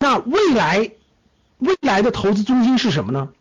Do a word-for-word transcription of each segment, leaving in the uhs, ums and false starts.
那未来未来的投资中心是什么呢？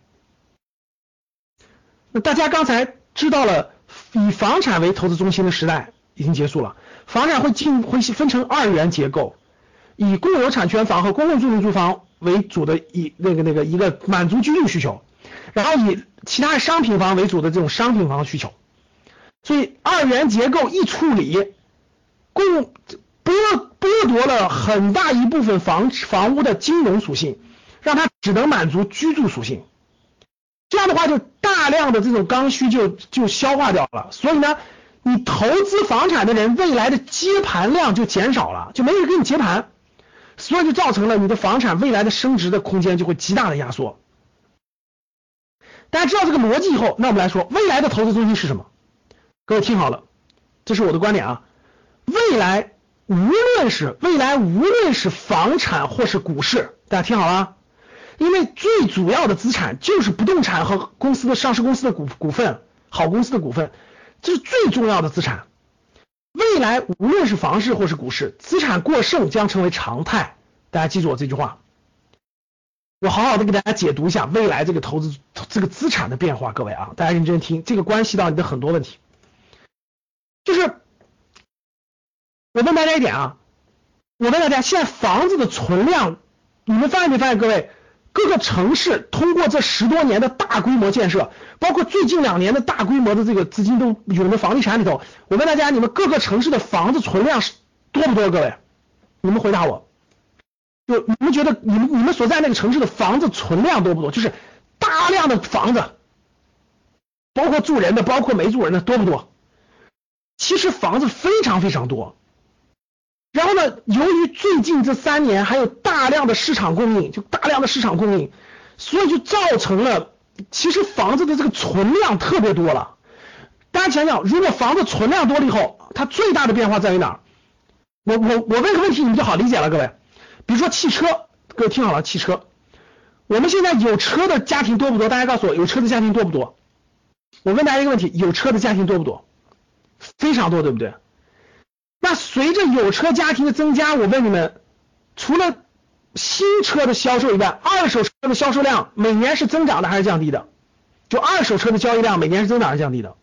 那大家刚才知道了，以房产为投资中心的时代已经结束了，房产会进会分成二元结构，以共有产权房和公共租赁住房为主的以那个那个一个满足居住需求，然后以其他商品房为主的这种商品房需求。所以二元结构一处理，共剥剥夺了很大一部分房房屋的金融属性，让它只能满足居住属性。这样的话，就大量的这种刚需就就消化掉了。所以呢，你投资房产的人未来的接盘量就减少了，就没人给你接盘，所以就造成了你的房产未来的升值的空间就会极大的压缩。大家知道这个逻辑以后，那我们来说未来的投资中心是什么？各位听好了，这是我的观点啊。未来无论是未来无论是房产或是股市，大家听好了，因为最主要的资产就是不动产和公司的上市公司的股股份，好公司的股份，这是最重要的资产。未来无论是房市或是股市，资产过剩将成为常态。大家记住我这句话，我好好的给大家解读一下未来这个投资这个资产的变化。各位啊，大家认真听，这个关系到你的很多问题。就是我问大家一点啊，我问大家，现在房子的存量，你们发现没发现？各位，各个城市通过这十多年的大规模建设，包括最近两年的大规模的这个资金都涌入房地产里头，我问大家，你们各个城市的房子存量是多不多？各位，你们回答我。就你们觉得你们你们所在那个城市的房子存量多不多？就是大量的房子，包括住人的，包括没住人的，多不多？其实房子非常非常多。然后呢，由于最近这三年还有大量的市场供应，就大量的市场供应，所以就造成了其实房子的这个存量特别多了。大家想想，如果房子存量多了以后，它最大的变化在于哪儿？我我我问个问题，你们就好理解了，各位。比如说汽车，各位听好了，汽车，我们现在有车的家庭多不多？大家告诉我，有车的家庭多不多？我问大家一个问题，有车的家庭多不多？非常多，对不对？那随着有车家庭的增加，我问你们，除了新车的销售以外，二手车的销售量每年是增长的还是降低的？就二手车的交易量每年是增长还是降低的？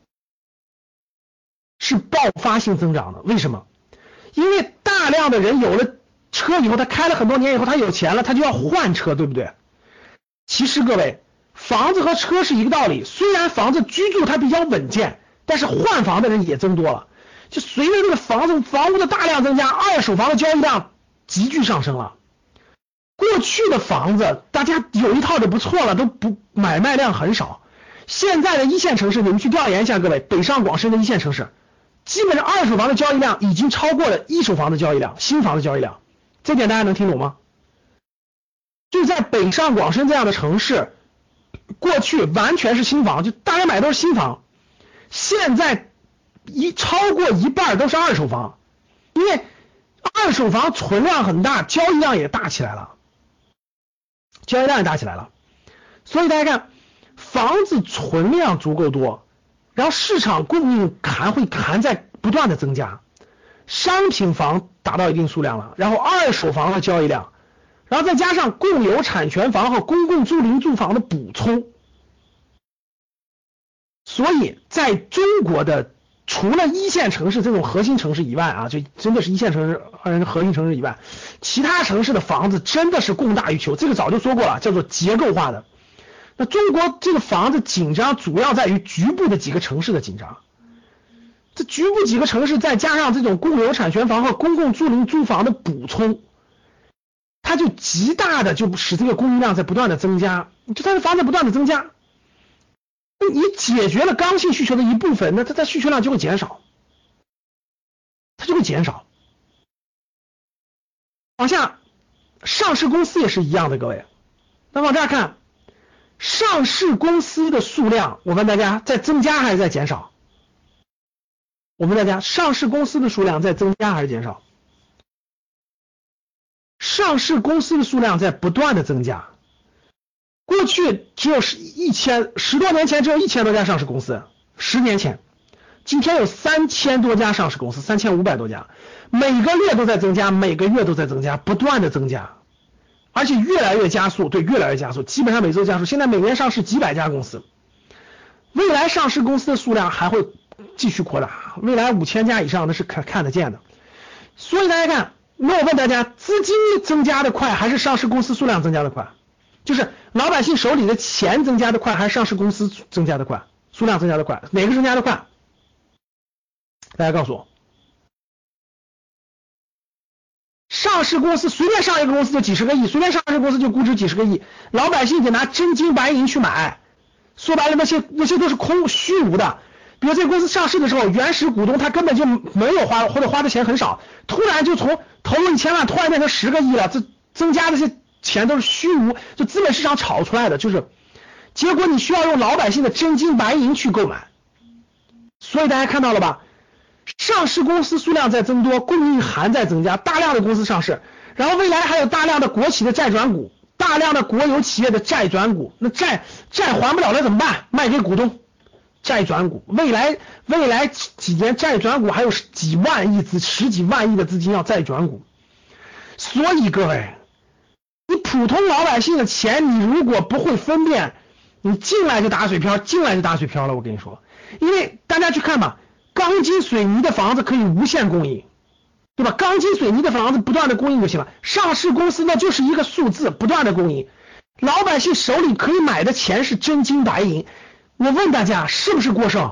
是爆发性增长的。为什么？因为大量的人有了车以后，他开了很多年以后，他有钱了，他就要换车，对不对？其实各位，房子和车是一个道理，虽然房子居住它比较稳健，但是换房的人也增多了。就随着这个房子房屋的大量增加，二手房的交易量急剧上升了。过去的房子大家有一套就不错了，都不买卖量很少。现在的一线城市，你们去调研一下，各位，北上广深的一线城市，基本上二手房的交易量已经超过了一手房的交易量，新房的交易量。这点大家能听懂吗？就在北上广深这样的城市，过去完全是新房，就大家买都是新房，现在一超过一半都是二手房，因为二手房存量很大，交易量也大起来了，交易量也大起来了。所以大家看，房子存量足够多，然后市场供应还会还在不断的增加，商品房达到一定数量了，然后二手房的交易量，然后再加上共有产权房和公共租赁住房的补充，所以在中国的除了一线城市这种核心城市以外啊，就真的是一线城市、二核心城市以外，其他城市的房子真的是供大于求，这个早就说过了，叫做结构化的。那中国这个房子紧张主要在于局部的几个城市的紧张，这局部几个城市再加上这种共有产权房和公共租赁住房的补充，它就极大的就使这个供应量在不断的增加，就它的房子不断的增加。你解决了刚性需求的一部分，那它的需求量就会减少，它就会减少。往下，上市公司也是一样的，各位。那往这儿看，上市公司的数量，我问大家在增加还是在减少？我问大家，上市公司的数量在增加还是减少？上市公司的数量在不断的增加。过去只有一千，十多年前只有一千多家上市公司，十年前，今天有三千多家上市公司，三千五百多家，每个月都在增加，每个月都在增加，不断的增加。 而且越来越加速，对，越来越加速，基本上每周加速。现在每年上市几百家公司，未来上市公司的数量还会继续扩大，未来五千家以上那是看看得见的。所以大家看，那我问大家，资金增加的快还是上市公司数量增加的快？就是老百姓手里的钱增加的快，还是上市公司增加的快，数量增加的快？哪个增加的快？大家告诉我。上市公司随便上一个公司就几十个亿，随便上市公司就估值几十个亿，老百姓得拿真金白银去买，说白了那些那些都是空虚无的。比如这个公司上市的时候，原始股东他根本就没有花，或者花的钱很少，突然就从投入一千万突然变成十个亿了，这增加这些钱都是虚无，就资本市场炒出来的，就是结果你需要用老百姓的真金白银去购买。所以大家看到了吧，上市公司数量在增多，供应还在增加，大量的公司上市，然后未来还有大量的国企的债转股，大量的国有企业的债转股，那债债还不了了怎么办？卖给股东，债转股，未来未来几年债转股还有几万亿资十几万亿的资金要债转股。所以各位，你普通老百姓的钱，你如果不会分辨，你进来就打水漂，进来就打水漂了。我跟你说，因为大家去看吧，钢筋水泥的房子可以无限供应，对吧？钢筋水泥的房子不断的供应就行了。上市公司那就是一个数字，不断的供应，老百姓手里可以买的钱是真金白银。我问大家，是不是过剩？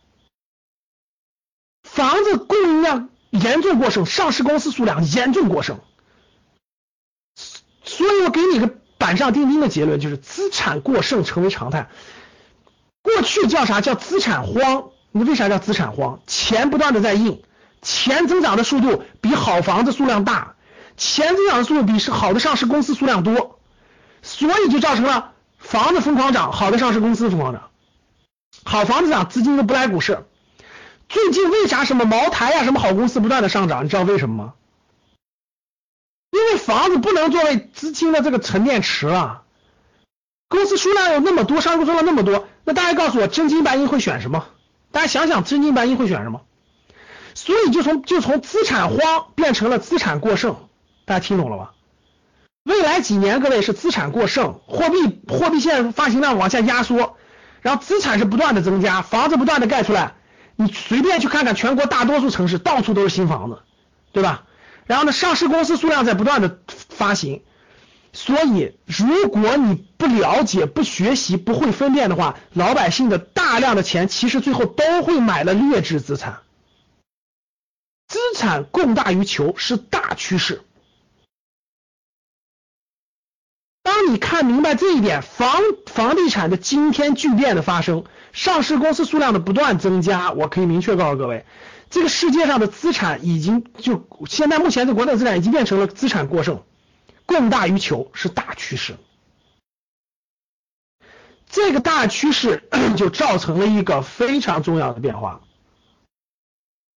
房子供应量严重过剩，上市公司数量严重过剩。所以我给你一个板上钉钉的结论，就是资产过剩成为常态。过去叫啥？叫资产荒。你为啥叫资产荒？钱不断的在印，钱增长的速度比好房子数量大，钱增长的速度比是好的上市公司数量多，所以就造成了房子疯狂涨，好的上市公司疯狂涨。好房子涨，资金都不来股市。最近为啥什么茅台啊，什么好公司不断的上涨？你知道为什么吗？因为房子不能作为资金的这个沉淀池了，公司数量有那么多，上市公司数量那么多，那大家告诉我，真金白银会选什么？大家想想，真金白银会选什么？所以就从就从资产荒变成了资产过剩，大家听懂了吧？未来几年各位是资产过剩，货币货币现在发行量往下压缩，然后资产是不断的增加，房子不断的盖出来，你随便去看看全国大多数城市到处都是新房子，对吧？然后呢，上市公司数量在不断的发行，所以如果你不了解、不学习、不会分辨的话，老百姓的大量的钱其实最后都会买了劣质资产。资产供大于求是大趋势。当你看明白这一点，房房地产的惊天巨变的发生，上市公司数量的不断增加，我可以明确告诉各位，这个世界上的资产已经就现在目前的国内资产已经变成了资产过剩，供大于求是大趋势。这个大趋势就造成了一个非常重要的变化，